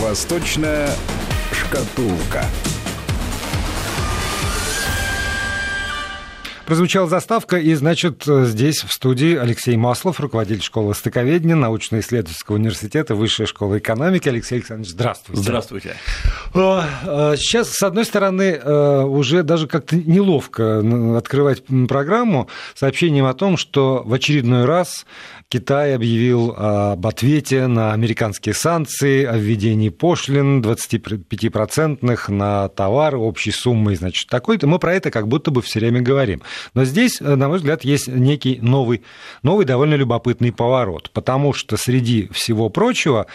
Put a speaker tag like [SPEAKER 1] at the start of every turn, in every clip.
[SPEAKER 1] Восточная шкатулка.
[SPEAKER 2] Прозвучала заставка, и, значит, здесь в студии Алексей Маслов, руководитель школы востоковедения, научно-исследовательского университета, Высшая школа экономики. Алексей Александрович, здравствуйте.
[SPEAKER 3] Здравствуйте.
[SPEAKER 2] Сейчас, с одной стороны, уже даже как-то неловко открывать программу сообщением о том, что в очередной раз Китай объявил об ответе на американские санкции, о введении пошлин 25% на товары общей суммой, значит, такой-то. Мы про это как будто бы все время говорим. Но здесь, на мой взгляд, есть некий новый довольно любопытный поворот, потому что среди всего прочего,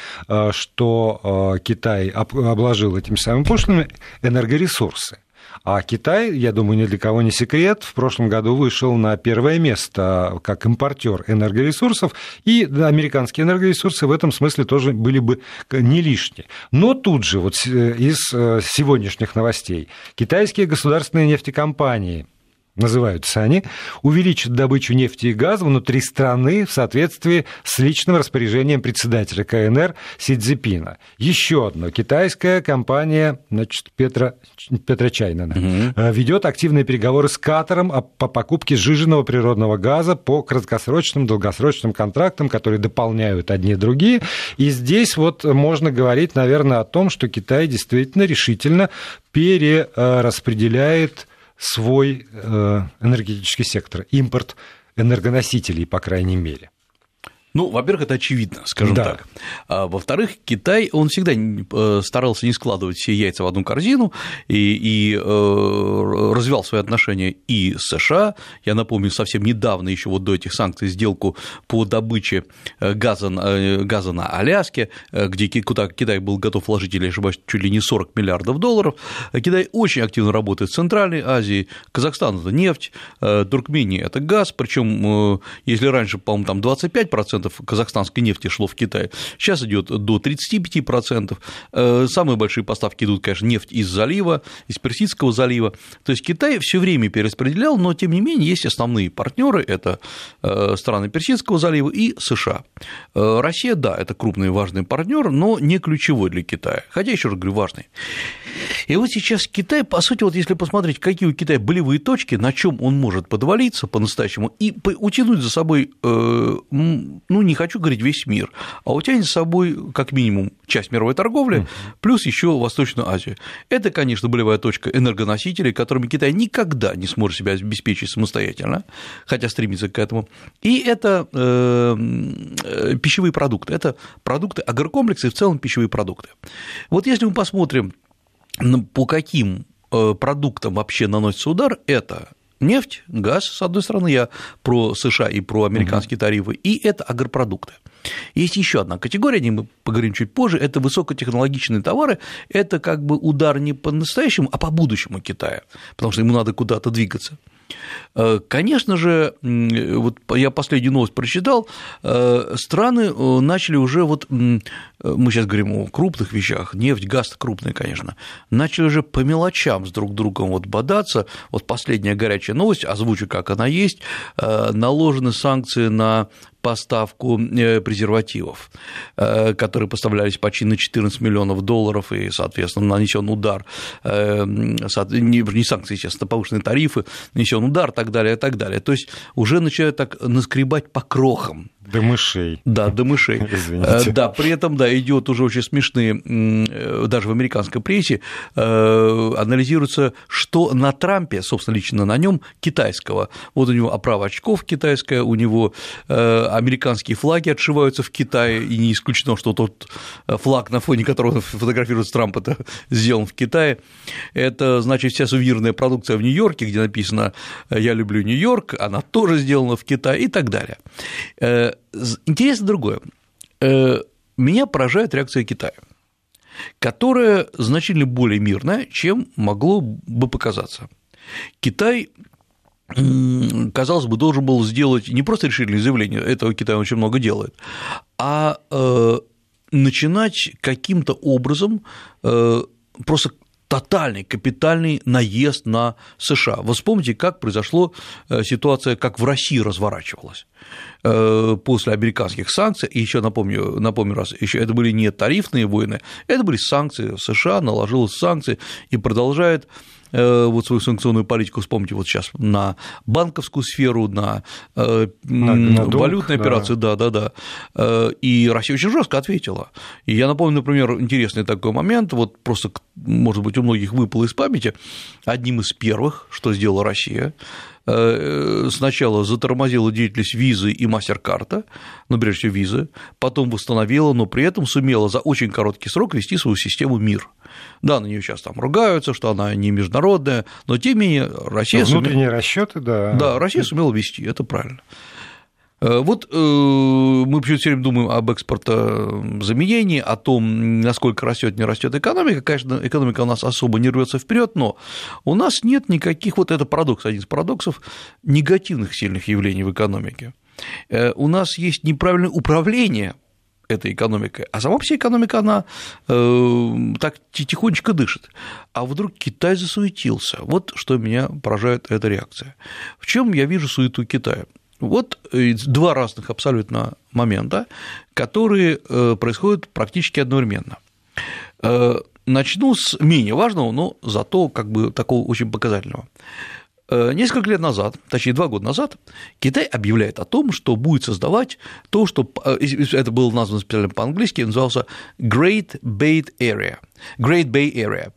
[SPEAKER 2] что Китай обложил этими самыми пошлинами, энергоресурсы. А Китай, я думаю, ни для кого не секрет, в прошлом году вышел на первое место как импортер энергоресурсов, и американские энергоресурсы в этом смысле тоже были бы не лишние. Но тут же, вот из сегодняшних новостей, китайские государственные нефтекомпании, называются они, увеличат добычу нефти и газа внутри страны в соответствии с личным распоряжением председателя КНР Си Цзиньпина. Еще одно. Китайская компания, значит, PetroChina ведет активные переговоры с Катаром по покупке сжиженного природного газа по краткосрочным, долгосрочным контрактам, которые дополняют одни другие. И здесь вот можно говорить, наверное, о том, что Китай действительно решительно перераспределяет свой энергетический сектор, импорт энергоносителей, по крайней мере.
[SPEAKER 3] Ну, во-первых, это очевидно, скажем так. А во-вторых, Китай, он всегда старался не складывать все яйца в одну корзину и развивал свои отношения и с США. Я напомню, совсем недавно, еще вот до этих санкций, сделку по добыче газа на Аляске, куда Китай был готов вложить, или, ошибаюсь, чуть ли не $40 миллиардов. Китай очень активно работает в Центральной Азии. Казахстан – это нефть, Туркмения – это газ. Причем, если раньше, по-моему, там 25% казахстанской нефти шло в Китай, сейчас идет до 35%. Самые большие поставки идут, конечно, нефть из залива, из Персидского залива. То есть Китай все время перераспределял, но тем не менее есть основные партнеры, это страны Персидского залива и США. Россия, да, это крупный и важный партнер, но не ключевой для Китая, хотя, еще раз говорю, важный. И вот сейчас Китай, по сути, вот если посмотреть, какие у Китая болевые точки, на чем он может подвалиться по-настоящему и утянуть за собой, не хочу говорить весь мир, а утянет за собой как минимум часть мировой торговли, плюс еще Восточную Азию. Это, конечно, болевая точка энергоносителей, которыми Китай никогда не сможет себя обеспечить самостоятельно, хотя стремится к этому. И это пищевые продукты, это продукты агрокомплекса и в целом пищевые продукты. Вот если мы посмотрим, по каким продуктам вообще наносится удар, это нефть, газ, с одной стороны, я про США и про американские тарифы, и это агропродукты. Есть еще одна категория, о ней мы поговорим чуть позже, это высокотехнологичные товары, это как бы удар не по-настоящему, а по будущему Китая, потому что ему надо куда-то двигаться. Конечно же, вот я последнюю новость прочитал, страны начали уже, вот мы сейчас говорим о крупных вещах, нефть, газ крупные, конечно, начали уже по мелочам с друг другом вот бодаться. Вот последняя горячая новость, озвучу, как она есть, наложены санкции на поставку презервативов, которые поставлялись почти на $14 миллионов, и, соответственно, нанесен удар, не санкции, естественно, повышенные тарифы, нанесен удар, и так далее, и так далее. То есть уже начинают так наскребать по крохам.
[SPEAKER 2] До мышей.
[SPEAKER 3] Да, до мышей.
[SPEAKER 2] Извините.
[SPEAKER 3] Да, при этом, да, идет уже очень смешные, даже в американской прессе анализируется, что на Трампе, собственно, лично на нем китайского. Вот у него оправа очков китайская, у него американские флаги отшиваются в Китае, и не исключено, что тот флаг, на фоне которого фотографируется Трамп, это сделан в Китае. Это, значит, вся сувенирная продукция в Нью-Йорке, где написано «Я люблю Нью-Йорк», она тоже сделана в Китае и так далее. Интересно другое. Меня поражает реакция Китая, которая значительно более мирная, чем могло бы показаться. Китай, казалось бы, должен был сделать не просто решительное заявление, этого Китай очень много делает, а начинать каким-то образом просто тотальный, капитальный наезд на США. Вы вспомните, как произошла ситуация, как в России разворачивалась после американских санкций, и еще напомню раз, еще это были не тарифные войны, это были санкции, США наложила санкции и продолжает вот свою санкционную политику, вспомните, вот сейчас на банковскую сферу, на валютные операции, да, и Россия очень жестко ответила. И я напомню, например, интересный такой момент, вот просто, может быть, у многих выпало из памяти, одним из первых, что сделала Россия, сначала затормозила деятельность Визы и Мастеркарда, ну, прежде всего Визы, потом восстановила, но при этом сумела за очень короткий срок ввести свою систему МИР. Да, на нее сейчас там ругаются, что она не международная, но тем не менее Россия
[SPEAKER 2] внутренние расчеты, да.
[SPEAKER 3] Да, Россия сумела ввести, это правильно. Вот мы почему-то все время думаем об экспортозаменении, о том, насколько растет, не растет экономика. Конечно, экономика у нас особо не рвется вперед, но у нас нет никаких, вот это парадокс, один из парадоксов, негативных сильных явлений в экономике. У нас есть неправильное управление этой экономикой, а сама вся экономика, она так тихонечко дышит. А вдруг Китай засуетился. Вот что меня поражает эта реакция. В чем я вижу суету Китая? Вот два разных абсолютно момента, которые происходят практически одновременно. Начну с менее важного, но зато как бы такого очень показательного. Несколько лет назад, точнее 2 года назад, Китай объявляет о том, что будет создавать то, что это было названо специально по-английски, назывался Great Bay Area,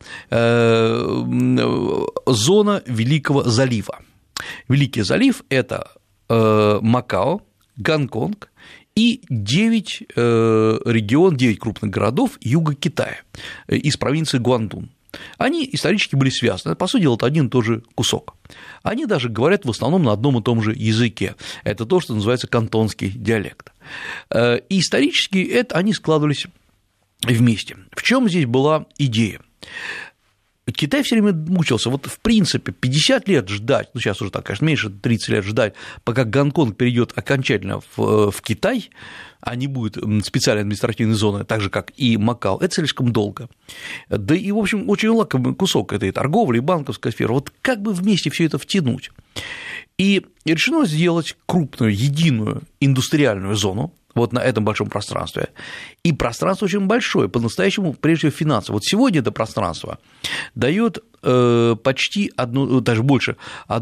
[SPEAKER 3] зона Великого залива. Великий залив – это Макао, Гонконг и 9 крупных городов юга Китая из провинции Гуандун. Они исторически были связаны, по сути дела, это один и тот же кусок. Они даже говорят в основном на одном и том же языке. Это то, что называется кантонский диалект. И исторически они складывались вместе. В чем здесь была идея? Китай все время мучился, вот в принципе 50 лет ждать, ну сейчас уже так, конечно, меньше 30 лет ждать, пока Гонконг перейдет окончательно в Китай, а не будет специальной административной зоны, так же, как и Макао, это слишком долго. Да и, в общем, очень лакомый кусок этой торговли и банковской сферы, вот как бы вместе все это втянуть. И решено сделать крупную, единую индустриальную зону, вот на этом большом пространстве. И пространство очень большое, по-настоящему, прежде всего, финансово. Вот сегодня это пространство дает почти, даже больше,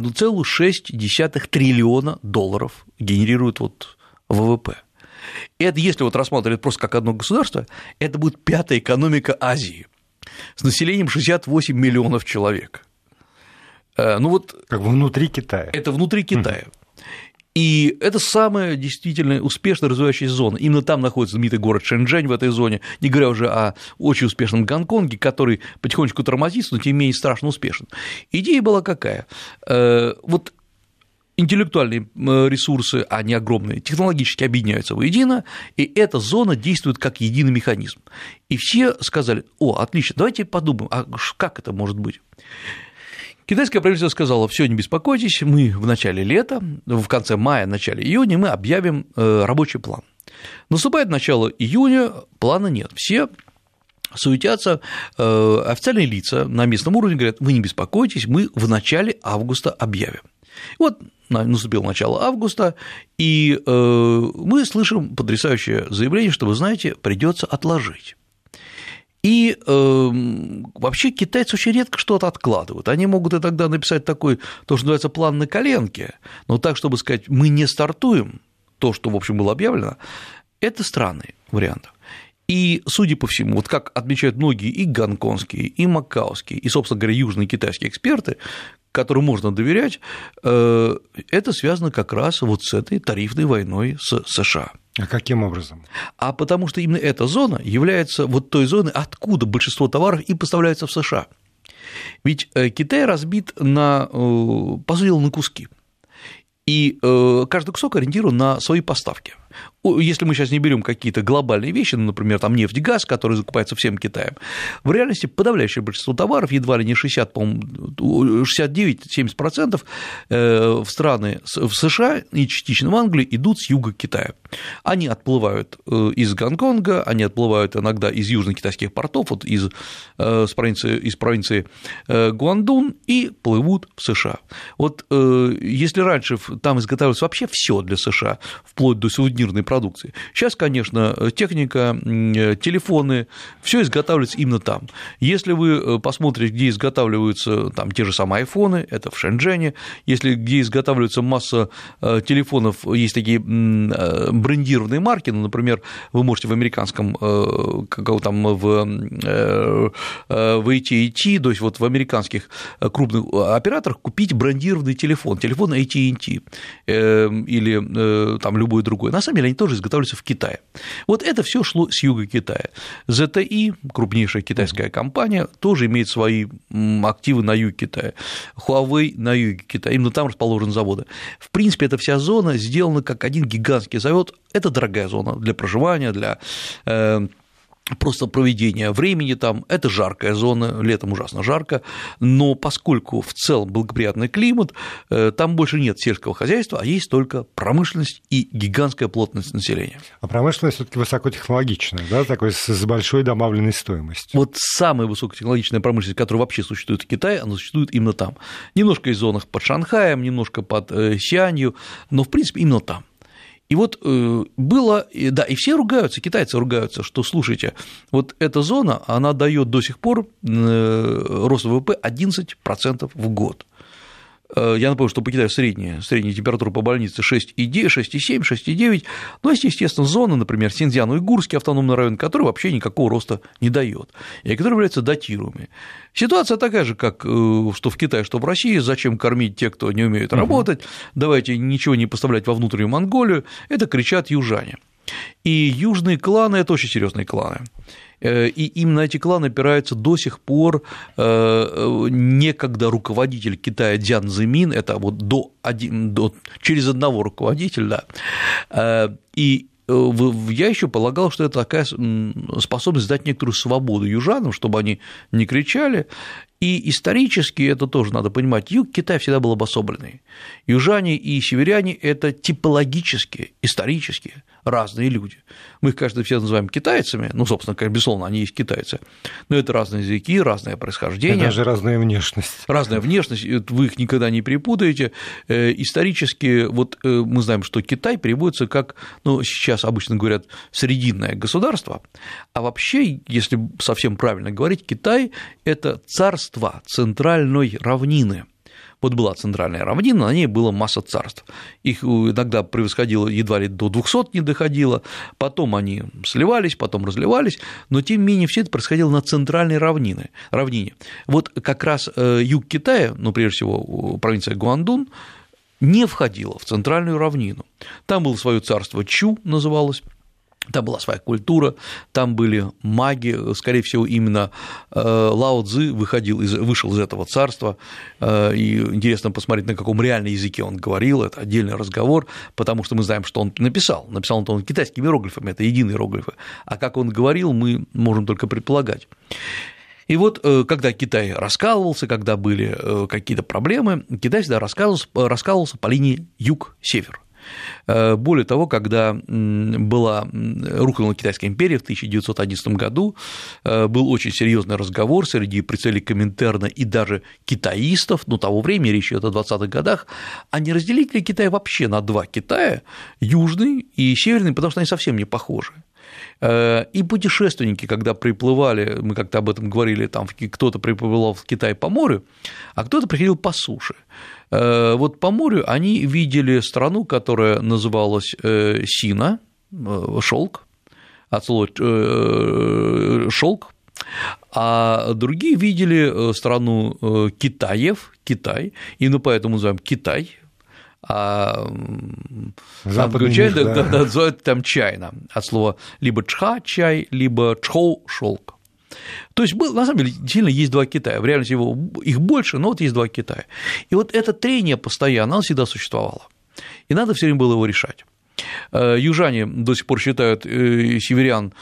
[SPEAKER 3] 1,6 триллиона долларов генерирует вот ВВП. Это, если вот рассматривать просто как одно государство, это будет 5-я экономика Азии с населением 68 миллионов человек. Ну вот,
[SPEAKER 2] как внутри Китая.
[SPEAKER 3] Это внутри Китая. И это самая действительно успешно развивающаяся зона. Именно там находится знаменитый город Шэньчжэнь в этой зоне, не говоря уже о очень успешном Гонконге, который потихонечку тормозится, но тем не менее страшно успешен. Идея была какая? Вот интеллектуальные ресурсы, они огромные, технологически объединяются воедино, и эта зона действует как единый механизм. И все сказали: о, отлично, давайте подумаем, а как это может быть? Китайское правительство сказало: все, не беспокойтесь, мы в начале лета, в конце мая, начале июня мы объявим рабочий план. Наступает начало июня, плана нет, все суетятся, официальные лица на местном уровне говорят: вы не беспокойтесь, мы в начале августа объявим. Вот наступило начало августа, и мы слышим потрясающее заявление, что, вы знаете, придется отложить. И вообще китайцы очень редко что-то откладывают. Они могут и тогда написать такой, то, что называется, план на коленке, но так, чтобы сказать: мы не стартуем, то, что, в общем, было объявлено, это странный вариант. И, судя по всему, вот как отмечают многие и гонконгские, и макаоские, и, собственно говоря, южные китайские эксперты, которым можно доверять, это связано как раз вот с этой тарифной войной с США.
[SPEAKER 2] А каким образом?
[SPEAKER 3] А потому что именно эта зона является вот той зоной, откуда большинство товаров и поставляются в США. Ведь Китай разбит на, по сути дела, на куски. И каждый кусок ориентирован на свои поставки. Если мы сейчас не берем какие-то глобальные вещи, ну, например, там нефть, газ, который закупается всем Китаем, в реальности подавляющее большинство товаров, едва ли не 60, по-моему, 69-70% в страны в США и частично в Англию идут с юга Китая. Они отплывают из Гонконга, они отплывают иногда из южных китайских портов, вот из провинции Гуандун, и плывут в США. Вот если раньше там изготавливалось вообще все для США, вплоть до сувенирной продукции, сейчас, конечно, техника, телефоны, все изготавливается именно там. Если вы посмотрите, где изготавливаются там те же самые айфоны, это в Шэньчжэне, если где изготавливается масса телефонов, есть такие брендированные марки, ну, например, вы можете в американском, там, в AT&T, то есть вот в американских крупных операторах купить брендированный телефон AT&T или там любой другой. На самом деле они тоже изготавливаются в Китае. Вот это все шло с юга Китая. ZTE, крупнейшая китайская компания, тоже имеет свои активы на юге Китая. Huawei на юге Китая, именно там расположены заводы. В принципе, эта вся зона сделана как один гигантский завод. Это дорогая зона для проживания, для просто проведения времени там, это жаркая зона, летом ужасно жарко, но поскольку в целом благоприятный климат, там больше нет сельского хозяйства, а есть только промышленность и гигантская плотность населения.
[SPEAKER 2] А промышленность все-таки высокотехнологичная, да, такой с большой добавленной стоимостью.
[SPEAKER 3] Вот самая высокотехнологичная промышленность, которая вообще существует в Китае, она существует именно там. Немножко в зонах под Шанхаем, немножко под Сианью, но в принципе именно там. И вот было, да, и все ругаются, китайцы ругаются, что, слушайте, вот эта зона, она дает до сих пор рост ВВП 11% в год. Я напомню, что по Китаю средняя температура по больнице 6,7, 6,9, но есть, естественно, зона, например, Синьцзян-Уйгурский автономный район, который вообще никакого роста не дает, и который является датируемыми. Ситуация такая же, как что в Китае, что в России, зачем кормить тех, кто не умеет работать, давайте ничего не поставлять во внутреннюю Монголию, это кричат южане. И южные кланы – это очень серьезные кланы. И именно эти кланы опираются до сих пор некогда руководитель Китая Дзян Цзимин, это вот через одного руководителя, да, и я еще полагал, что это такая способность дать некоторую свободу южанам, чтобы они не кричали. И исторически, это тоже надо понимать, юг Китая всегда был обособленный. Южане и северяне – это типологически, исторически разные люди. Мы их, конечно, все называем китайцами, ну, собственно, безусловно, они есть китайцы, но это разные языки, разное происхождение.
[SPEAKER 2] Это даже разная внешность.
[SPEAKER 3] Разная внешность, вы их никогда не перепутаете. Исторически, вот мы знаем, что Китай переводится как, ну, сейчас обычно говорят, срединное государство, а вообще, если совсем правильно говорить, Китай – это царство центральной равнины. Вот была центральная равнина, на ней была масса царств. Их иногда превосходило, едва ли до 200 не доходило, потом они сливались, потом разливались, но тем не менее все это происходило на центральной равнине. Вот как раз юг Китая, ну, прежде всего, провинция Гуандун, не входила в центральную равнину. Там было свое царство Чу, называлось. Там была своя культура, там были маги, скорее всего, именно Лао Цзы вышел из этого царства, и интересно посмотреть, на каком реальном языке он говорил, это отдельный разговор, потому что мы знаем, что он написал он китайскими иероглифами, это единые иероглифы, а как он говорил, мы можем только предполагать. И вот, когда Китай раскалывался, когда были какие-то проблемы, Китай всегда раскалывался по линии юг-север. Более того, когда рухнула Китайская империя в 1911 году, был очень серьезный разговор среди представителей Коминтерна и даже китаистов, ну, того времени, речь идет о 20-х годах, а не разделить ли Китай вообще на два Китая, южный и северный, потому что они совсем не похожи. И путешественники, когда приплывали, мы как-то об этом говорили, там кто-то приплывал в Китай по морю, а кто-то приходил по суше. Вот по морю они видели страну, которая называлась Сина, шелк, от слова шелк, а другие видели страну Китаев, Китай, именно поэтому называем Китай. А чай называют там чайно, от слова либо чха – чай, либо чхоу – шелк. То есть, на самом деле, действительно есть два Китая, в реальности их больше, но вот есть два Китая. И вот это трение постоянно, оно всегда существовало, и надо все время было его решать. Южане до сих пор считают северян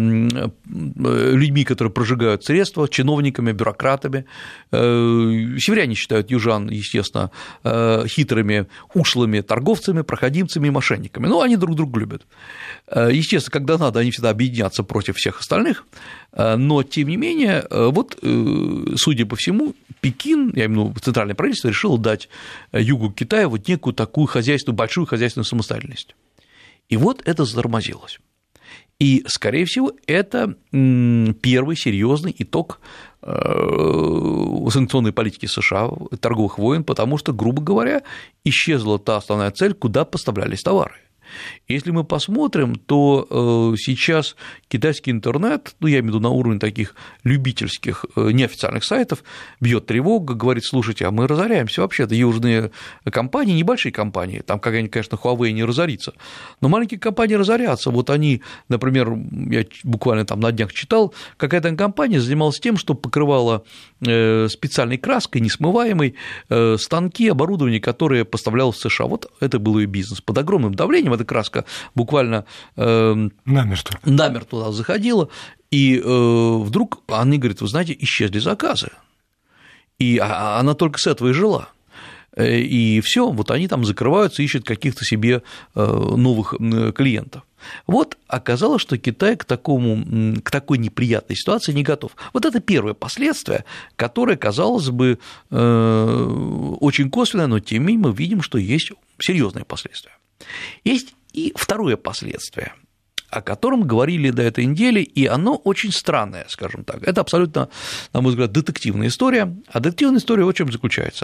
[SPEAKER 3] людьми, которые прожигают средства, чиновниками, бюрократами. Северяне считают южан, естественно, хитрыми, ушлыми торговцами, проходимцами и мошенниками. Но они друг друга любят. Естественно, когда надо, они всегда объединятся против всех остальных, но, тем не менее, вот, судя по всему, Пекин, я имею в виду центральное правительство, решило дать югу Китая вот некую такую большую хозяйственную самостоятельность. И вот это затормозилось. И, скорее всего, это первый серьезный итог санкционной политики США, торговых войн, потому что, грубо говоря, исчезла та основная цель, куда поставлялись товары. Если мы посмотрим, то сейчас китайский интернет, ну, я имею в виду на уровне таких любительских неофициальных сайтов, бьет тревога, говорит: слушайте, а мы разоряемся вообще-то, южные компании, небольшие компании, там какая-нибудь, конечно, Huawei не разорится, но маленькие компании разорятся. Вот они, например, я буквально там на днях читал, какая-то компания занималась тем, что покрывала специальной краской, несмываемой, станки, оборудование, которое поставлялось в США. Вот это был ее бизнес. Под огромным давлением эта краска буквально намертво туда заходила, и вдруг они говорят: вы знаете, исчезли заказы, и она только с этого и жила. И все, вот они там закрываются, ищут каких-то себе новых клиентов. Вот оказалось, что Китай к такой неприятной ситуации не готов. Вот это первое последствие, которое, казалось бы, очень косвенное, но тем не менее мы видим, что есть серьезные последствия. Есть и второе последствие, о котором говорили до этой недели, и оно очень странное, скажем так. Это абсолютно, на мой взгляд, детективная история. А детективная история в чем заключается?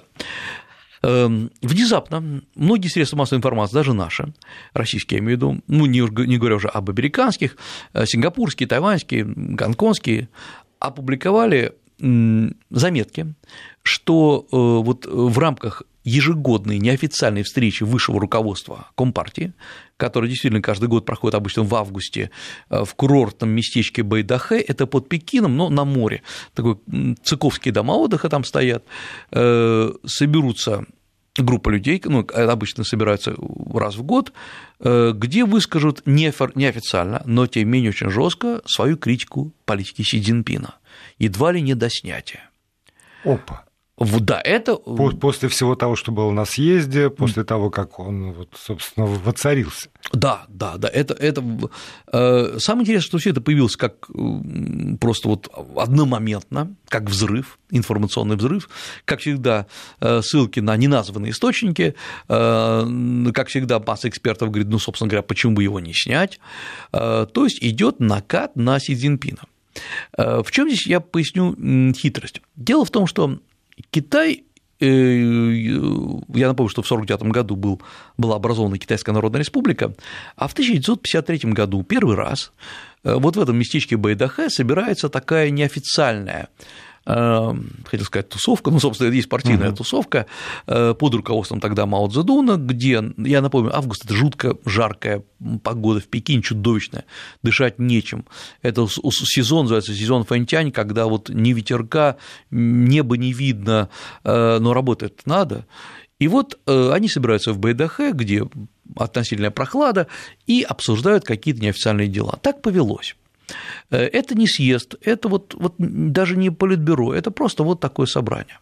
[SPEAKER 3] Внезапно многие средства массовой информации, даже наши, российские, я имею в виду, ну, не говоря уже об американских, сингапурские, тайваньские, гонконгские, опубликовали заметки, что вот в рамках ежегодной неофициальной встречи высшего руководства Компартии, которая действительно каждый год проходит обычно в августе в курортном местечке Байдахэ, это под Пекином, но на море, такой цыковские дома отдыха там стоят, соберутся группа людей, ну, обычно собираются раз в год, где выскажут неофициально, но тем не менее очень жестко свою критику политики Си Цзиньпина, едва ли не до снятия.
[SPEAKER 2] Опа.
[SPEAKER 3] Да, это…
[SPEAKER 2] После всего того, что было на съезде, после того, как он, вот, собственно, воцарился.
[SPEAKER 3] Да, это… Самое интересное, что все это появилось как просто вот одномоментно, как взрыв, информационный взрыв, как всегда, ссылки на неназванные источники, как всегда, масса экспертов говорит: ну, собственно говоря, почему бы его не снять, то есть идет накат на Си Цзиньпина. В чем здесь я поясню хитрость? Дело в том, что Китай, я напомню, что в 1949 году была образована Китайская Народная Республика, а в 1953 году первый раз вот в этом местечке Байдахэ собирается такая неофициальная, хотел сказать, тусовка, ну, собственно, есть партийная тусовка под руководством тогда Мао Цзэдуна, где, я напомню, август – это жутко жаркая погода в Пекине, чудовищная, дышать нечем. Это сезон, называется сезон Фэнтянь, когда вот ни ветерка, неба не видно, но работать надо. И вот они собираются в Байдахэ, где относительная прохлада, и обсуждают какие-то неофициальные дела. Так повелось. Это не съезд, это вот даже не политбюро, это просто вот такое собрание.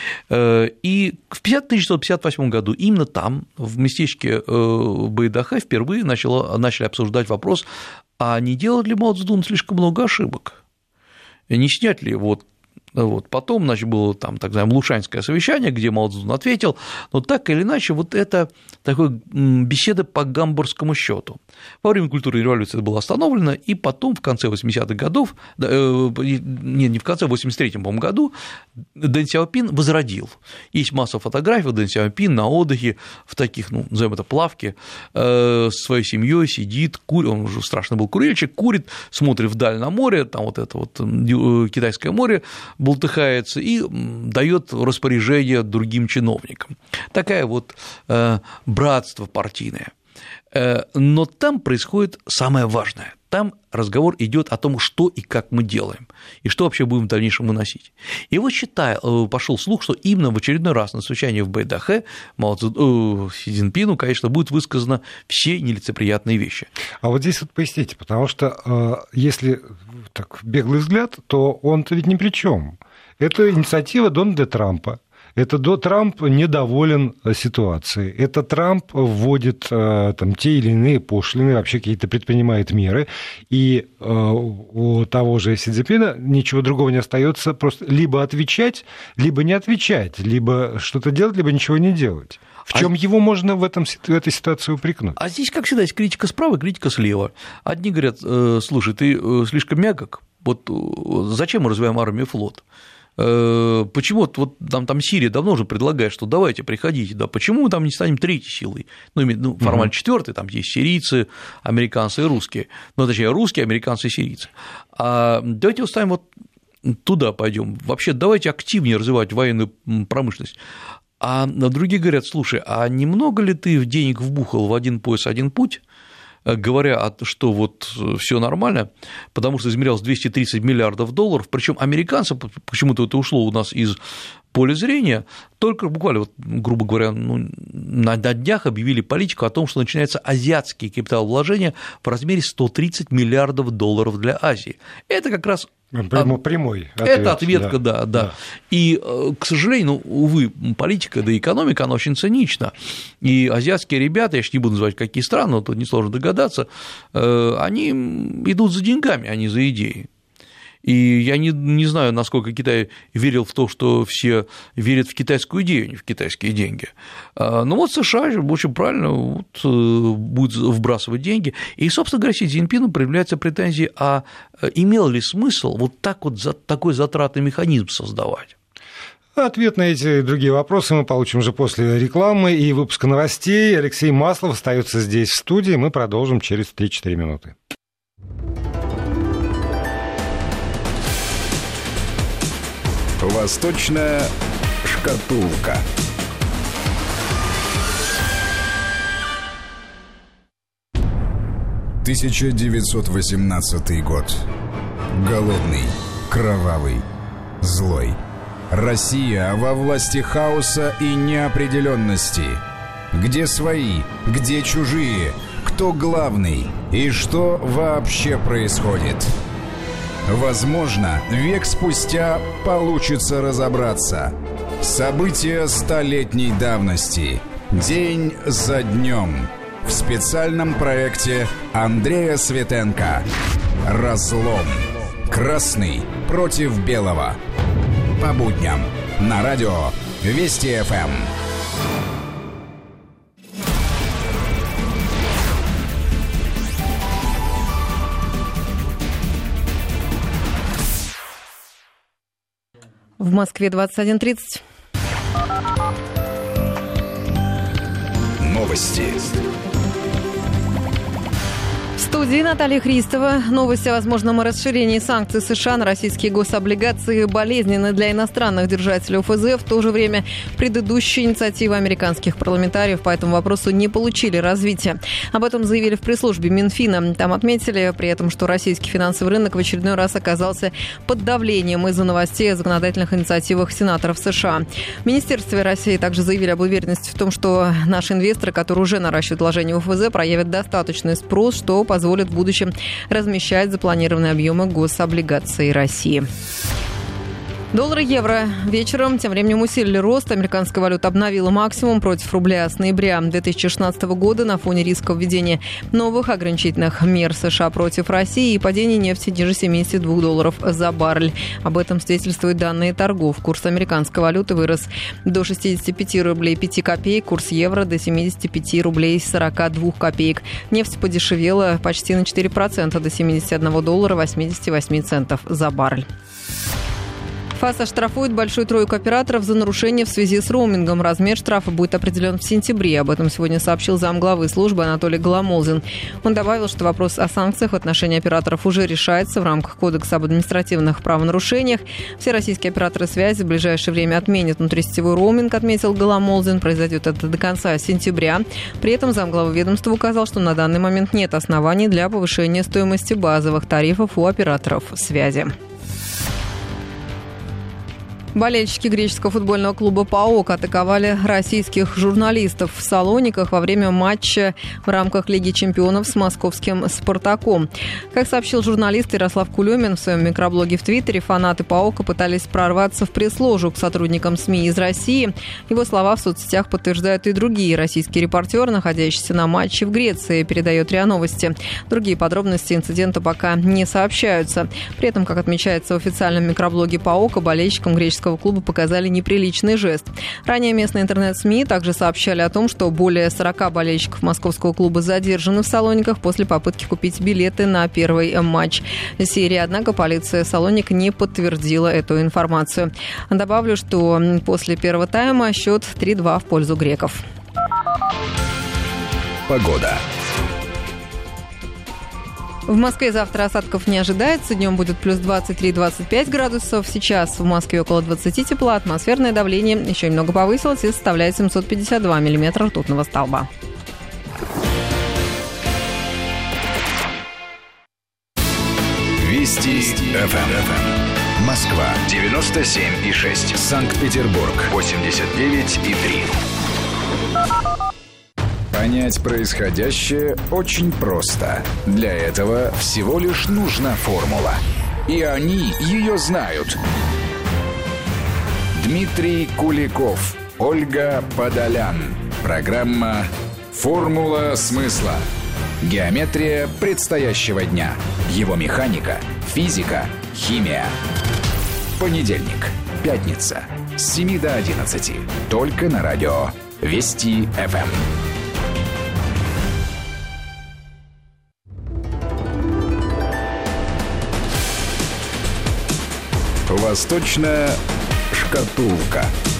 [SPEAKER 3] И в 1958 году именно там, в местечке Байдахэ, впервые начали обсуждать вопрос, а не делает ли Мао Цзэдун слишком много ошибок, не снять ли потом, значит, было там, так называемое, Лушанское совещание, где Мао Цзэдун ответил, но так или иначе, вот это такая беседа по гамбургскому счету. Во время культурной революции это было остановлено, и потом в конце 80-х годов, не в конце, в 83-м, по-моему, году Дэн Сяопин возродил. Есть масса фотографий, Дэн Сяопин на отдыхе в таких, ну, назовем это, плавке, со своей семьей сидит, курит, он уже страшно был курильщик, курит, смотрит вдаль на море, там вот это вот Китайское море бултыхается и дает распоряжение другим чиновникам. Такая вот братство партийное. Но там происходит самое важное. там разговор идет о том, что и как мы делаем, и что вообще будем в дальнейшем выносить. И вот пошел слух, что именно в очередной раз на совещании в Байдахе Си Цзиньпину, конечно, будут высказаны все нелицеприятные вещи.
[SPEAKER 2] А вот здесь вот поясните, потому что если так беглый взгляд, то он-то ведь ни при чем. Это инициатива Дональда Трампа. Это Трамп недоволен ситуацией. Это Трамп вводит там, те или иные пошлины, вообще какие-то предпринимает меры. И у того же Си Цзиньпина ничего другого не остается, просто либо отвечать, либо не отвечать, либо что-то делать, либо ничего не делать. В чем его можно в этой ситуации упрекнуть?
[SPEAKER 3] А здесь, как всегда, есть критика справа, критика слева. Одни говорят: слушай, ты слишком мягок, вот зачем мы развиваем армию и флот? Почему вот там Сирия давно уже предлагает, что давайте, приходите, да, почему мы там не станем третьей силой? Формально четвертой, там есть сирийцы, американцы и русские, точнее, русские, американцы и сирийцы. А давайте оставим вот туда пойдем. Вообще, давайте активнее развивать военную промышленность. А другие говорят: слушай, а немного ли ты денег вбухал в один пояс, один путь? Говоря, что вот все нормально, потому что измерялось 230 миллиардов долларов, причем американцы, почему-то это ушло у нас из поля зрения, только буквально, вот, грубо говоря, на днях объявили политику о том, что начинаются азиатские капиталовложения в размере 130 миллиардов долларов для Азии. Это как раз
[SPEAKER 2] прямой ответ.
[SPEAKER 3] Это ответка, да. И, к сожалению, увы, политика, да и экономика, она очень цинична. И азиатские ребята, я же не буду называть какие страны, но тут несложно догадаться, они идут за деньгами, а не за идеей. И я не знаю, насколько Китай верил в то, что все верят в китайскую идею, не в китайские деньги. Но вот США очень правильно будет вбрасывать деньги. И, собственно говоря, Си Цзиньпину проявляются претензии, а имел ли смысл вот так вот такой затратный механизм создавать?
[SPEAKER 2] Ответ на эти и другие вопросы мы получим уже после рекламы и выпуска новостей. Алексей Маслов остается здесь, в студии. Мы продолжим через 3-4 минуты.
[SPEAKER 1] Восточная шкатулка. «1918 год. Голодный, кровавый, злой. Россия во власти хаоса и неопределенности. Где свои, где чужие, кто главный и что вообще происходит?» Возможно, век спустя получится разобраться. События столетней давности. День за днем. В специальном проекте Андрея Светенко. Разлом. Красный против белого. По будням. На радио Вести ФМ.
[SPEAKER 4] В Москве 21:30.
[SPEAKER 1] Новости.
[SPEAKER 4] В студии Наталья Христова. Новости о возможном расширении санкций США на российские гособлигации болезненны для иностранных держателей ОФЗ. В то же время предыдущие инициативы американских парламентариев по этому вопросу не получили развития. Об этом заявили в пресс-службе Минфина. Там отметили при этом, что российский финансовый рынок в очередной раз оказался под давлением из-за новостей о законодательных инициативах сенаторов США. В Министерстве России также заявили об уверенности в том, что наши инвесторы, которые уже наращивают вложения в ОФЗ, проявят достаточный спрос, что позволит в будущем размещать запланированные объемы гособлигаций России. Доллар и евро вечером тем временем усилили рост. Американская валюта обновила максимум против рубля с ноября 2016 года на фоне риска введения новых ограничительных мер США против России и падения нефти ниже $72 за баррель. Об этом свидетельствуют данные торгов. Курс американской валюты вырос до 65 рублей 5 копеек, курс евро до 75 рублей 42 копеек. Нефть подешевела почти на 4% до $71 88 за баррель. ФАС оштрафует большую тройку операторов за нарушение в связи с роумингом. Размер штрафа будет определен в сентябре. Об этом сегодня сообщил замглавы службы Анатолий Голомолдин. Он добавил, что вопрос о санкциях в отношении операторов уже решается в рамках Кодекса об административных правонарушениях. Все российские операторы связи в ближайшее время отменят внутрисетевой роуминг, отметил Голомолдин. Произойдет это до конца сентября. При этом замглавы ведомства указал, что на данный момент нет оснований для повышения стоимости базовых тарифов у операторов связи. Болельщики греческого футбольного клуба ПАОК атаковали российских журналистов в Салониках во время матча в рамках Лиги чемпионов с московским «Спартаком». Как сообщил журналист Ярослав Кулемин в своем микроблоге в Твиттере, фанаты ПАОКа пытались прорваться в пресс-ложу к сотрудникам СМИ из России. Его слова в соцсетях подтверждают и другие российские репортеры, находящиеся на матче в Греции, передает РИА Новости. Другие подробности инцидента пока не сообщаются. При этом, как отмечается в официальном микроблоге ПАОКа, болельщикам греческого клуба показали неприличный жест. Ранее местные интернет-СМИ также сообщали о том, что более 40 болельщиков московского клуба задержаны в Салониках после попытки купить билеты на первый матч серии. Однако полиция Салоник не подтвердила эту информацию. Добавлю, что после первого тайма счет 3-2 в пользу греков.
[SPEAKER 1] Погода.
[SPEAKER 4] В Москве завтра осадков не ожидается. Днем будет плюс 23-25 градусов. Сейчас в Москве около 20 тепла. Атмосферное давление еще немного повысилось и составляет 752 миллиметра ртутного столба.
[SPEAKER 1] Вести ФМ. Москва 97,6. Санкт-Петербург 89,3. Понять происходящее очень просто. Для этого всего лишь нужна формула. И они ее знают. Дмитрий Куликов, Ольга Подолян. Программа «Формула смысла». Геометрия предстоящего дня. Его механика, физика, химия. Понедельник, пятница, с 7 до 11. Только на радио Вести ФМ. Восточная шкатулка.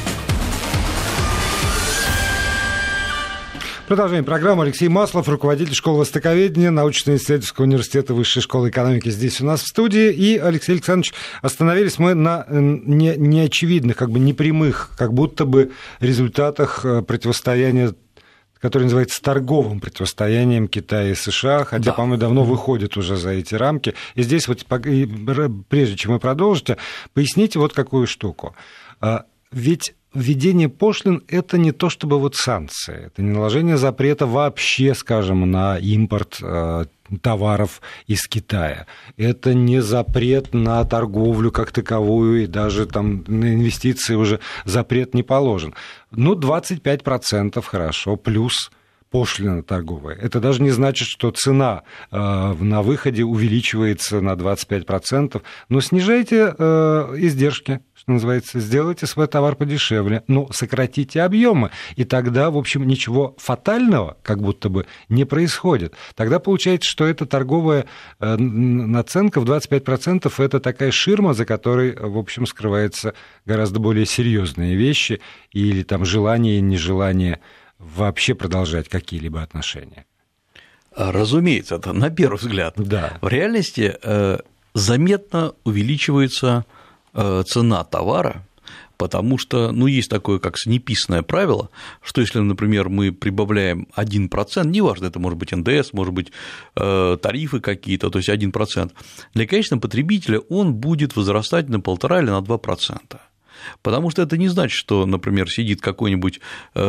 [SPEAKER 2] Продолжаем программу. Алексей Маслов, руководитель школы востоковедения научно-исследовательского университета Высшей школы экономики, здесь у нас в студии. И, Алексей Александрович, остановились мы на неочевидных, как бы непрямых, как будто бы результатах противостояния, которое называется торговым противостоянием Китая и США, хотя, по-моему, давно выходит уже за эти рамки. И здесь вот, прежде чем вы продолжите, поясните вот какую штуку. Ведь введение пошлин – это не то чтобы вот санкции, это не наложение запрета вообще, скажем, на импорт товаров из Китая. Это не запрет на торговлю как таковую, и даже там на инвестиции уже запрет не положен. Ну, 25% хорошо, плюс пошлина торговая. Это даже не значит, что цена на выходе увеличивается на 25%, но снижайте издержки, что называется, сделайте свой товар подешевле, но сократите объемы, и тогда, в общем, ничего фатального как будто бы не происходит. Тогда получается, что эта торговая наценка в 25% это такая ширма, за которой, в общем, скрываются гораздо более серьезные вещи или там желание и нежелание вообще продолжать какие-либо отношения.
[SPEAKER 3] Разумеется, это на первый взгляд.
[SPEAKER 2] Да.
[SPEAKER 3] В реальности заметно увеличивается цена товара, потому что, есть такое, как неписанное правило, что если, например, мы прибавляем 1%, неважно, это может быть НДС, может быть тарифы какие-то, то есть 1%, для конечного потребителя он будет возрастать на 1,5 или на 2%. Потому что это не значит, что, например, сидит какой-нибудь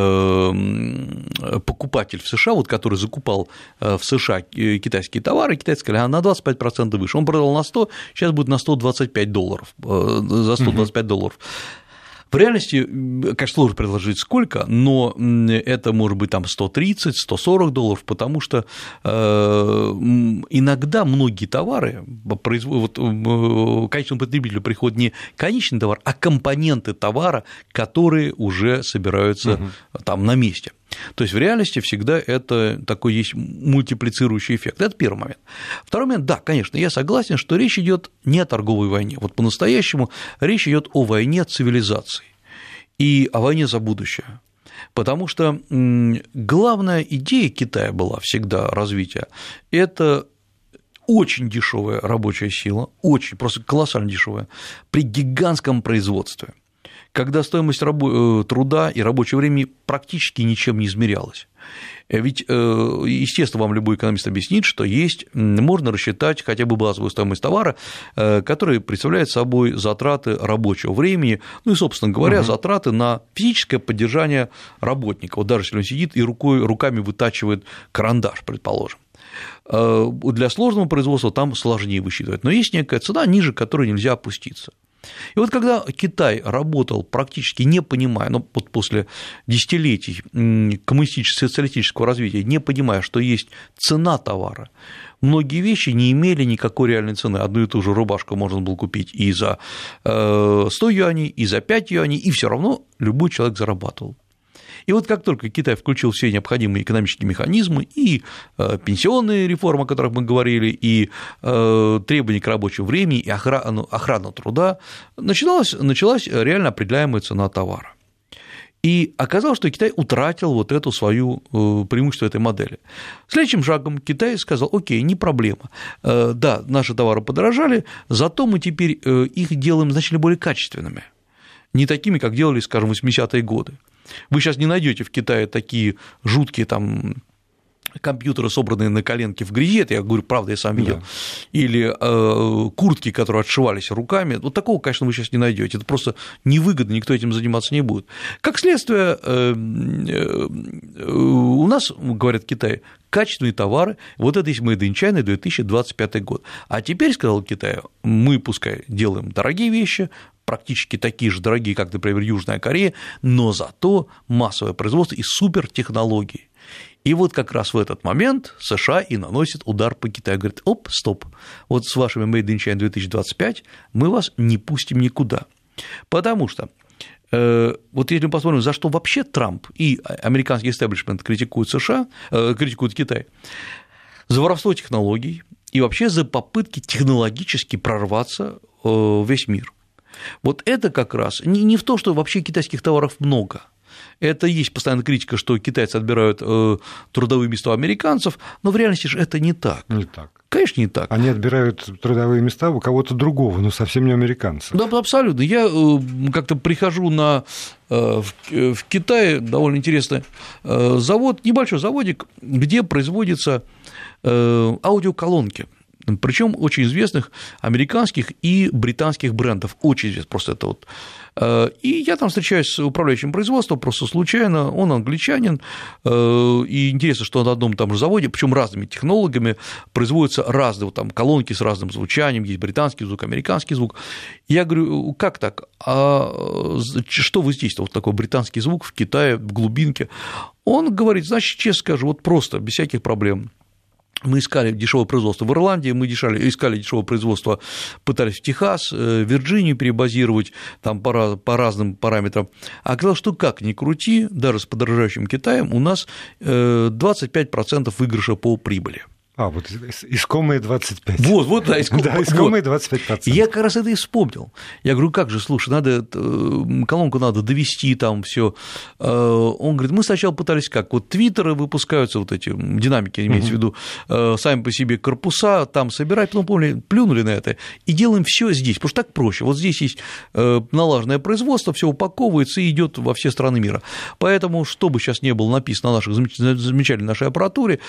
[SPEAKER 3] покупатель в США, который закупал в США китайские товары, китайцы сказали, на 25% выше. Он продал на 100, сейчас будет на $125, за $125. В реальности, конечно, сложно предложить сколько, но это может быть там $130-140, потому что иногда многие товары конечному потребителю приходит не конечный товар, а компоненты товара, которые уже собираются там на месте. То есть в реальности всегда это такой есть мультиплицирующий эффект. Это первый момент. Второй момент, да, конечно, я согласен, что речь идет не о торговой войне. Вот по-настоящему речь идет о войне цивилизаций и о войне за будущее. Потому что главная идея Китая была всегда развития – это очень дешевая рабочая сила, очень, просто колоссально дешевая, при гигантском производстве, когда стоимость труда и рабочего времени практически ничем не измерялась. Ведь, естественно, вам любой экономист объяснит, что можно рассчитать хотя бы базовую стоимость товара, которая представляет собой затраты рабочего времени, ну и, собственно говоря, затраты на физическое поддержание работника. Вот даже если он сидит и руками вытачивает карандаш, предположим. Для сложного производства там сложнее высчитывать, но есть некая цена, ниже которой нельзя опуститься. И вот когда Китай работал практически не понимая, ну вот после десятилетий коммунистического социалистического развития, не понимая, что есть цена товара, многие вещи не имели никакой реальной цены. Одну и ту же рубашку можно было купить и за 100 юаней, и за 5 юаней, и все равно любой человек зарабатывал. И вот как только Китай включил все необходимые экономические механизмы, и пенсионные реформы, о которых мы говорили, и требования к рабочему времени, и охрана труда, началась реально определяемая цена товара. И оказалось, что Китай утратил вот эту свою преимущество этой модели. Следующим шагом Китай сказал: окей, не проблема, да, наши товары подорожали, зато мы теперь их делаем значительно более качественными, не такими, как делали, скажем, в 80-е годы. Вы сейчас не найдете в Китае такие жуткие там компьютеры, собранные на коленке в грязи, это я говорю, правда, я сам видел, да. Или куртки, которые отшивались руками, вот такого, конечно, вы сейчас не найдете, это просто невыгодно, никто этим заниматься не будет. Как следствие, у нас, говорят в Китае, качественные товары, вот это есть Made in China 2025 год. А теперь, сказал Китай, мы пускай делаем дорогие вещи, практически такие же дорогие, как, например, Южная Корея, но зато массовое производство и супертехнологии. И вот как раз в этот момент США и наносит удар по Китаю, говорит: оп, стоп, вот с вашими Made in China 2025 мы вас не пустим никуда, потому что вот если мы посмотрим, за что вообще Трамп и американский истеблишмент критикуют критикуют Китай, за воровство технологий и вообще за попытки технологически прорваться в весь мир. Вот это как раз не в то, что вообще китайских товаров много. Это есть постоянная критика, что китайцы отбирают трудовые места у американцев, но в реальности же это не так.
[SPEAKER 2] Не так.
[SPEAKER 3] Конечно, не так.
[SPEAKER 2] Они отбирают трудовые места у кого-то другого, но совсем не американцев.
[SPEAKER 3] Да, абсолютно. Я как-то прихожу в Китае, довольно интересный завод, небольшой заводик, где производятся аудиоколонки. Причем очень известных американских и британских брендов, очень известных, просто это вот. И я там встречаюсь с управляющим производством просто случайно, он англичанин, и интересно, что на одном и том же заводе, причем разными технологами, производятся разные вот там колонки с разным звучанием, есть британский звук, американский звук. Я говорю: как так? А что вы здесь-то, вот такой британский звук в Китае, в глубинке? Он говорит: значит, честно скажу, вот просто, без всяких проблем. Мы искали дешевое производство в Ирландии, мы искали дешевое производство, пытались в Техас, Вирджинию перебазировать там по разным параметрам. А оказалось, что как ни крути, даже с подорожающим Китаем у нас 25% выигрыша по прибыли.
[SPEAKER 2] А, вот искомые 25.
[SPEAKER 3] Вот, да,
[SPEAKER 2] искомые 25%.
[SPEAKER 3] Я как раз это и вспомнил. Я говорю: как же, слушай, колонку надо довести, там все. Он говорит: мы сначала пытались как? Вот твиттеры выпускаются, вот эти динамики, имеется в виду, сами по себе корпуса, там собирать, потом плюнули на это и делаем все здесь, потому что так проще. Вот здесь есть налаженное производство, все упаковывается и идет во все страны мира. Поэтому, что бы сейчас ни было написано на замечательной нашей аппаратуре,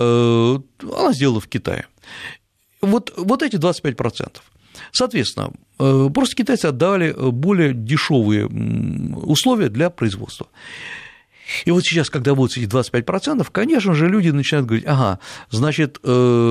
[SPEAKER 3] она сделала в Китае. Вот эти 25%. Соответственно, просто китайцы отдали более дешевые условия для производства. И вот сейчас, когда вводятся эти 25%, конечно же, люди начинают говорить: ага, значит,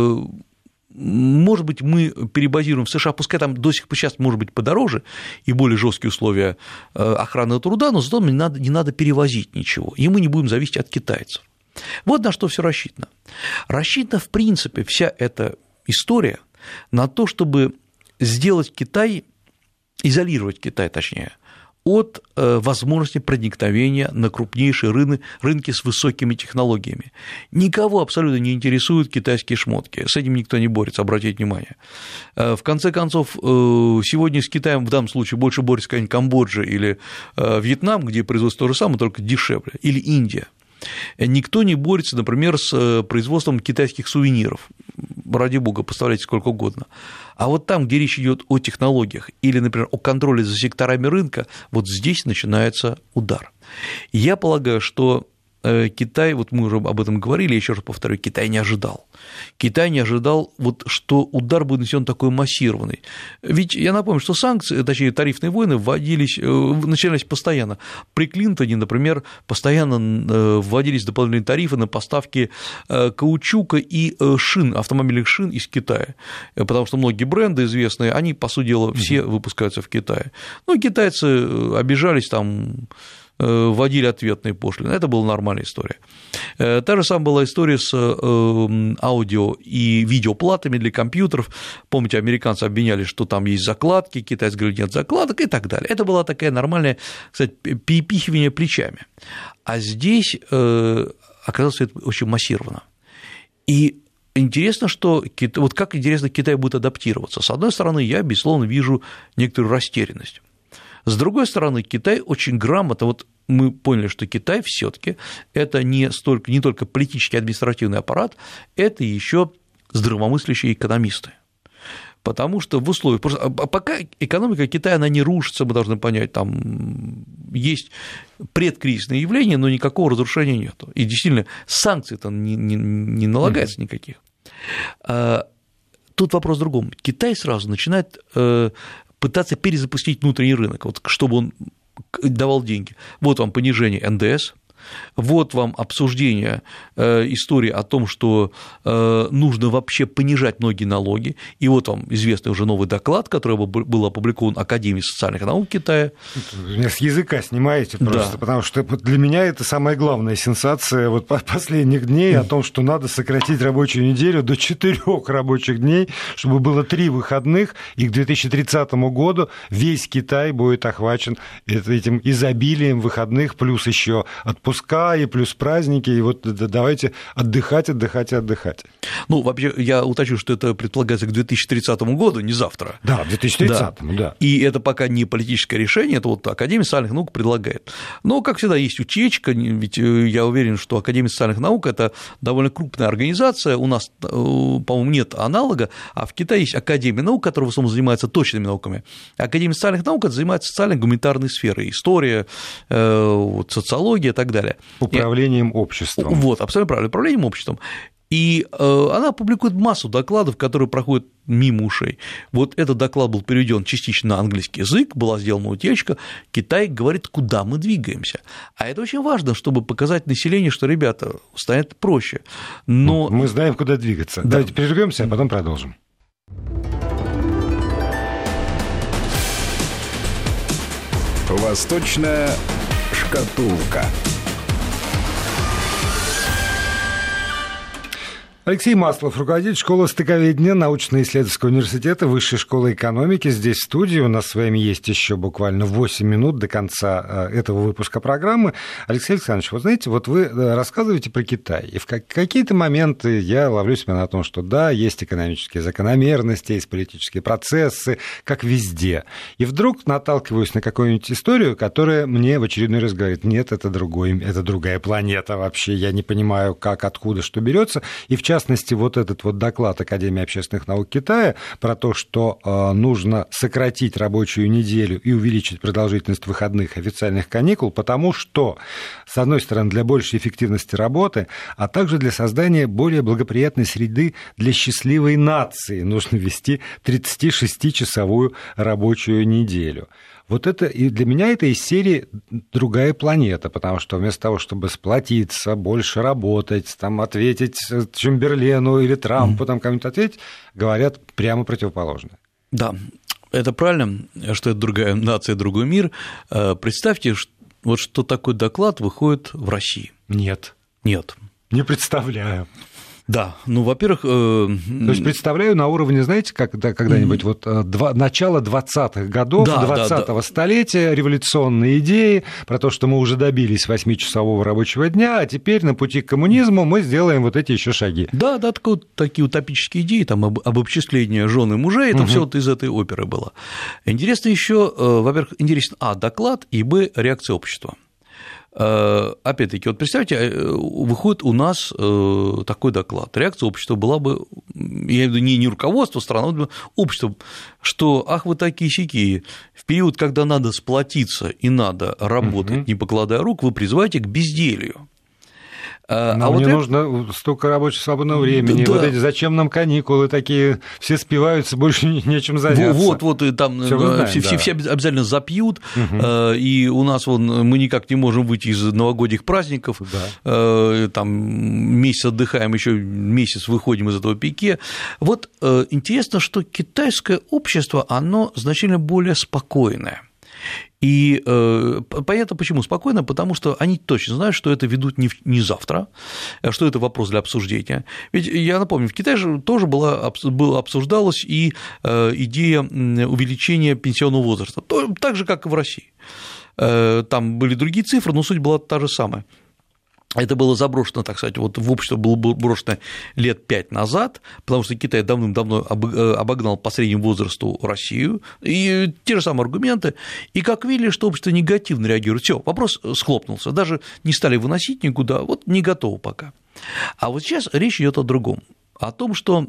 [SPEAKER 3] может быть, мы перебазируем в США, пускай там до сих пор сейчас может быть подороже и более жесткие условия охраны труда, но зато не надо перевозить ничего, и мы не будем зависеть от китайцев. Вот на что все рассчитано. Рассчитана, в принципе, вся эта история на то, чтобы сделать Китай, изолировать Китай, точнее, от возможности проникновения на крупнейшие рынки с высокими технологиями. Никого абсолютно не интересуют китайские шмотки, с этим никто не борется, обратите внимание. В конце концов, сегодня с Китаем в данном случае больше борется какая-нибудь Камбоджа или Вьетнам, где производство то же самое, только дешевле, или Индия. Никто не борется, например, с производством китайских сувениров. Ради бога, поставляйте сколько угодно. А вот там, где речь идет о технологиях или, например, о контроле за секторами рынка, вот здесь начинается удар. Я полагаю, что Китай, вот мы уже об этом говорили, я еще раз повторю, Китай не ожидал. Китай не ожидал, вот, что удар будет нанесен такой массированный. Ведь я напомню, что санкции, точнее, тарифные войны начинались постоянно. При Клинтоне, например, постоянно вводились дополнительные тарифы на поставки каучука и шин, автомобильных шин из Китая, потому что многие бренды известные, они, по сути дела, все выпускаются в Китае. Ну, китайцы обижались там, вводили ответные пошлины. Это была нормальная история. Та же самая была история с аудио и видеоплатами для компьютеров. Помните, американцы обвиняли, что там есть закладки, китайцы говорили, нет закладок и так далее. Это была такая нормальная, кстати, перепихивание плечами. А здесь оказалось это очень массированно. И интересно, что вот как интересно Китай будет адаптироваться. С одной стороны, я, безусловно, вижу некоторую растерянность. С другой стороны, Китай очень грамотно, вот мы поняли, что Китай все-таки это не только политический административный аппарат, это еще здравомыслящие экономисты. Потому что в условиях, пока экономика Китая, она не рушится, мы должны понять, там есть предкризисные явления, но никакого разрушения нет. И действительно, санкций-то не налагается никаких. Тут вопрос в другом. Китай сразу начинает пытаться перезапустить внутренний рынок, вот, чтобы он давал деньги. Вот вам понижение НДС, вот вам обсуждение истории о том, что нужно вообще понижать многие налоги, и вот вам известный уже новый доклад, который был опубликован Академией социальных наук Китая.
[SPEAKER 2] Меня с языка снимаете просто, да. Потому что для меня это самая главная сенсация вот последних дней о том, что надо сократить рабочую неделю до 4 рабочих дней, чтобы было 3 выходных, и к 2030 году весь Китай будет охвачен этим изобилием выходных, плюс еще отпуска, и плюс праздники, и вот давайте отдыхать.
[SPEAKER 3] Ну, вообще, я уточню, что это предполагается к 2030 году, не завтра.
[SPEAKER 2] Да, к 2030, да.
[SPEAKER 3] И это пока не политическое решение, это вот Академия социальных наук предлагает. Но, как всегда, есть утечка, ведь я уверен, что Академия социальных наук – это довольно крупная организация, у нас, по-моему, нет аналога, а в Китае есть Академия наук, которая в основном занимается точными науками. Академия социальных наук – это занимается социально-гуманитарной сферой, история, социология и так далее.
[SPEAKER 2] Управлением обществом.
[SPEAKER 3] Вот, абсолютно правильно, управлением обществом. И она публикует массу докладов, которые проходят мимо ушей. Вот этот доклад был переведен частично на английский язык, была сделана утечка, Китай говорит, куда мы двигаемся. А это очень важно, чтобы показать населению, что, ребята, станет проще. Но...
[SPEAKER 2] Мы знаем, куда двигаться. Да. Давайте прервемся, а потом продолжим.
[SPEAKER 1] Восточная шкатулка.
[SPEAKER 2] Алексей Маслов, руководитель школы востоковедения научно-исследовательского университета Высшей школы экономики. Здесь в студии. У нас с вами есть еще буквально 8 минут до конца этого выпуска программы. Алексей Александрович, вот знаете, вот вы рассказываете про Китай, и в какие-то моменты я ловлю себя на том, что да, есть экономические закономерности, есть политические процессы, как везде. И вдруг наталкиваюсь на какую-нибудь историю, которая мне в очередной раз говорит, нет, это другая планета вообще, я не понимаю, как, откуда, что берется. И в частности, вот этот вот доклад Академии общественных наук Китая про то, что нужно сократить рабочую неделю и увеличить продолжительность выходных официальных каникул, потому что, с одной стороны, для большей эффективности работы, а также для создания более благоприятной среды для счастливой нации нужно ввести 36-часовую рабочую неделю. Вот это, и для меня это из серии другая планета, потому что вместо того, чтобы сплотиться, больше работать, там, ответить Чемберлену или Трампу, там кому-нибудь ответить, говорят прямо противоположное.
[SPEAKER 3] Да, это правильно, что это другая нация, другой мир. Представьте, вот что такой доклад выходит в России.
[SPEAKER 2] Нет.
[SPEAKER 3] Нет.
[SPEAKER 2] Не представляю.
[SPEAKER 3] Да, ну, во-первых...
[SPEAKER 2] То есть, представляю, на уровне, знаете, когда-нибудь вот начало 20-х годов, 20-го столетия, революционные идеи про то, что мы уже добились 8-часового рабочего дня, а теперь на пути к коммунизму мы сделаем вот эти еще шаги.
[SPEAKER 3] Да, такие утопические идеи, там, об обобществлении жен и мужей, это все вот из этой оперы было. Интересно еще, во-первых, интересен, доклад, и, реакция общества. Опять-таки, вот представьте, выходит у нас такой доклад. Реакция общества была бы, я имею в виду не руководство страны, а общество, что ах вы такие-сякие, в период, когда надо сплотиться и надо работать, не покладая рук, вы призываете к безделью.
[SPEAKER 2] Нам не нужно столько рабочего свободного времени, вот эти зачем нам каникулы такие, все спиваются, больше нечем заняться.
[SPEAKER 3] Вот, и там все обязательно запьют, и у нас мы никак не можем выйти из новогодних праздников, там месяц отдыхаем, еще месяц выходим из этого пике. Вот интересно, что китайское общество, оно значительно более спокойное. И понятно, почему спокойно, потому что они точно знают, что это ведут не завтра, что это вопрос для обсуждения. Ведь я напомню, в Китае же тоже обсуждалась и идея увеличения пенсионного возраста, так же, как и в России. Там были другие цифры, но суть была та же самая. Это было заброшено, так сказать, вот в общество было брошено лет 5 назад, потому что Китай давным-давно обогнал по среднему возрасту Россию, и те же самые аргументы, и как видели, что общество негативно реагирует, все, вопрос схлопнулся, даже не стали выносить никуда, вот не готово пока. А вот сейчас речь идет о другом, о том, что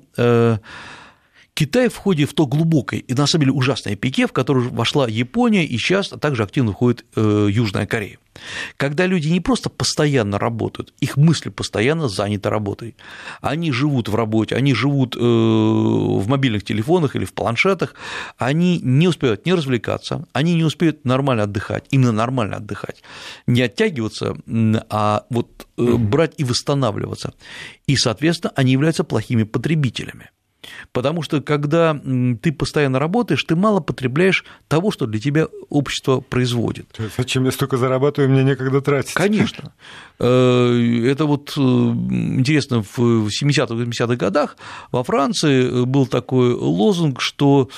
[SPEAKER 3] Китай входит в то глубокое и, на самом деле, ужасное пике, в которое вошла Япония, и сейчас также активно входит Южная Корея. Когда люди не просто постоянно работают, их мысли постоянно заняты работой. Они живут в работе, они живут в мобильных телефонах или в планшетах, они не успевают не развлекаться, они не успеют нормально отдыхать, именно нормально отдыхать, не оттягиваться, а вот брать и восстанавливаться. И, соответственно, они являются плохими потребителями. Потому что, когда ты постоянно работаешь, ты мало потребляешь того, что для тебя общество производит.
[SPEAKER 2] Зачем я столько зарабатываю, мне некогда тратить?
[SPEAKER 3] Конечно. Это вот интересно, в 70-80-х годах во Франции был такой лозунг, что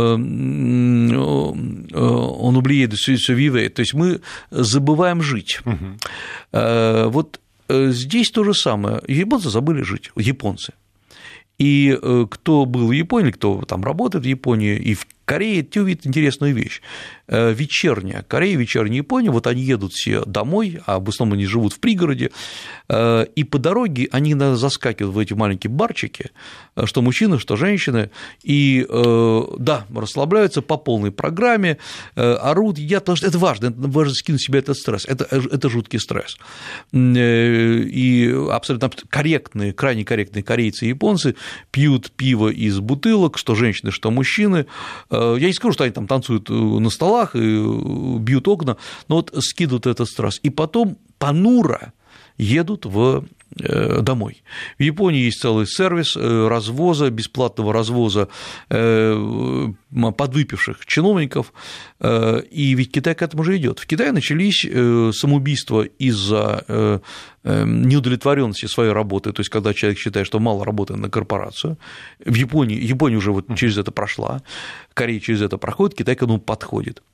[SPEAKER 3] «on oublie de se vivre», то есть мы забываем жить. Вот здесь то же самое. Японцы забыли жить, японцы. И кто был в Японии, кто там работает в Японии и в Корее, те увидят интересную вещь. Вечерняя Корея, вечерняя Япония, вот они едут все домой, а в основном они живут в пригороде, и по дороге они иногда заскакивают в эти маленькие барчики, что мужчины, что женщины, и, да, расслабляются по полной программе, орут, едят, потому что это важно скинуть с себя этот стресс, это жуткий стресс. И абсолютно корректные, крайне корректные корейцы и японцы пьют пиво из бутылок, что женщины, что мужчины. Я не скажу, что они там танцуют на столах и бьют окна, но вот скидывают этот стресс. И потом понуро едут домой. В Японии есть целый сервис развоза, бесплатного развоза подвыпивших чиновников, и ведь Китай к этому же идет. В Китае начались самоубийства из-за неудовлетворенности своей работы, то есть когда человек считает, что мало работает на корпорацию. Япония уже вот через это прошла, Корея через это проходит, Китай к этому подходит.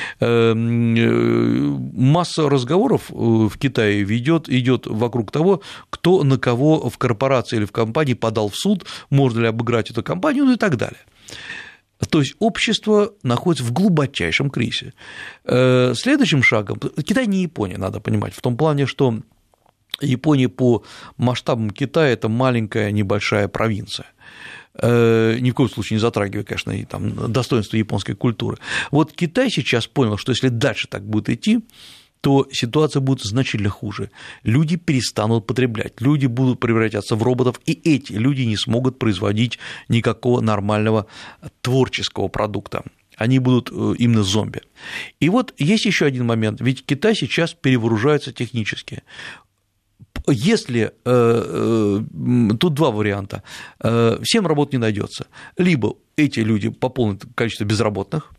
[SPEAKER 3] Масса разговоров в Китае идет вокруг того, кто на кого в корпорации или в компании подал в суд, можно ли обыграть эту компанию, ну и так далее. То есть общество находится в глубочайшем кризисе. Следующим шагом Китай не Япония, надо понимать, в том плане, что Япония по масштабам Китая – это маленькая небольшая провинция. Ни в коем случае не затрагивая, конечно, и там достоинство японской культуры. Вот Китай сейчас понял, что если дальше так будет идти, то ситуация будет значительно хуже. Люди перестанут потреблять, люди будут превращаться в роботов, и эти люди не смогут производить никакого нормального творческого продукта. Они будут именно зомби. И вот есть еще один момент, ведь Китай сейчас перевооружается технически. Если тут два варианта, всем работ не найдется, либо эти люди пополнят количество безработных,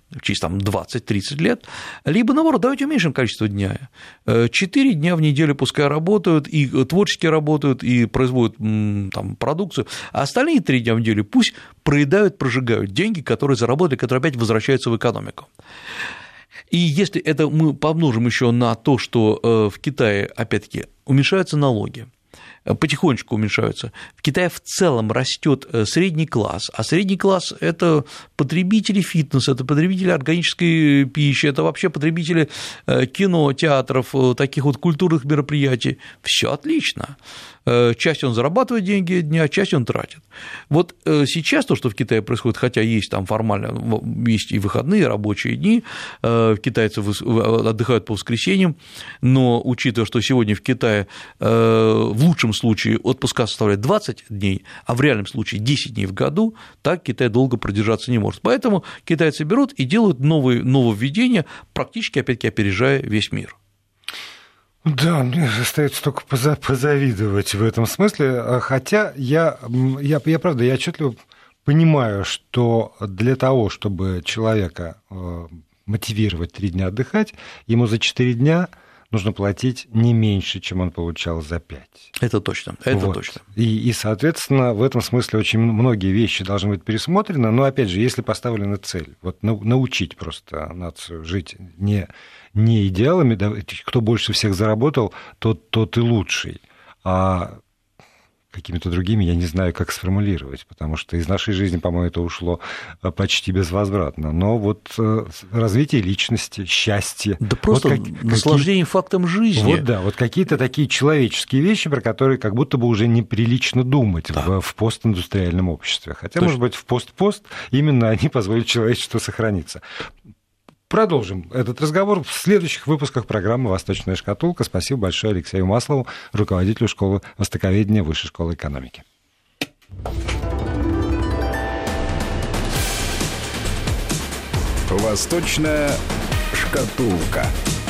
[SPEAKER 3] через 20-30 лет, либо, наоборот, давайте уменьшим количество дня. 4 дня в неделю пускай работают, и творчески работают, и производят продукцию, а остальные 3 дня в неделю пусть проедают, прожигают деньги, которые заработали, которые опять возвращаются в экономику. И если это мы помножим еще на то, что в Китае, опять-таки, уменьшаются налоги, потихонечку уменьшаются. В Китае в целом растет средний класс, а средний класс – это потребители фитнеса, это потребители органической пищи, это вообще потребители кино, театров, таких вот культурных мероприятий. Все отлично. Часть он зарабатывает деньги дня, часть он тратит. Вот сейчас то, что в Китае происходит, хотя есть там формально, есть и выходные, рабочие дни, китайцы отдыхают по воскресеньям, но учитывая, что сегодня в Китае в лучшем случае отпуска составляет 20 дней, а в реальном случае 10 дней в году, так Китай долго продержаться не может. Поэтому китайцы берут и делают нововведения, практически, опять-таки, опережая весь мир.
[SPEAKER 2] Да, мне остается только позавидовать в этом смысле, хотя я правда, я отчетливо понимаю, что для того, чтобы человека мотивировать 3 дня отдыхать, ему за 4 дня нужно платить не меньше, чем он получал за 5.
[SPEAKER 3] Это точно, это
[SPEAKER 2] вот.
[SPEAKER 3] точно.
[SPEAKER 2] И, соответственно, в этом смысле очень многие вещи должны быть пересмотрены, но, опять же, если поставлена цель, вот научить просто нацию жить не идеалами, да, кто больше всех заработал, тот и лучший, а какими-то другими я не знаю, как сформулировать, потому что из нашей жизни, по-моему, это ушло почти безвозвратно. Но вот развитие личности, счастье...
[SPEAKER 3] Да просто наслаждение фактом жизни.
[SPEAKER 2] Вот да, вот какие-то такие человеческие вещи, про которые как будто бы уже неприлично думать в постиндустриальном обществе. Хотя, может быть, в пост-пост именно они позволят человечеству сохраниться. Продолжим этот разговор в следующих выпусках программы «Восточная шкатулка». Спасибо большое Алексею Маслову, руководителю школы востоковедения Высшей школы экономики.
[SPEAKER 1] «Восточная шкатулка».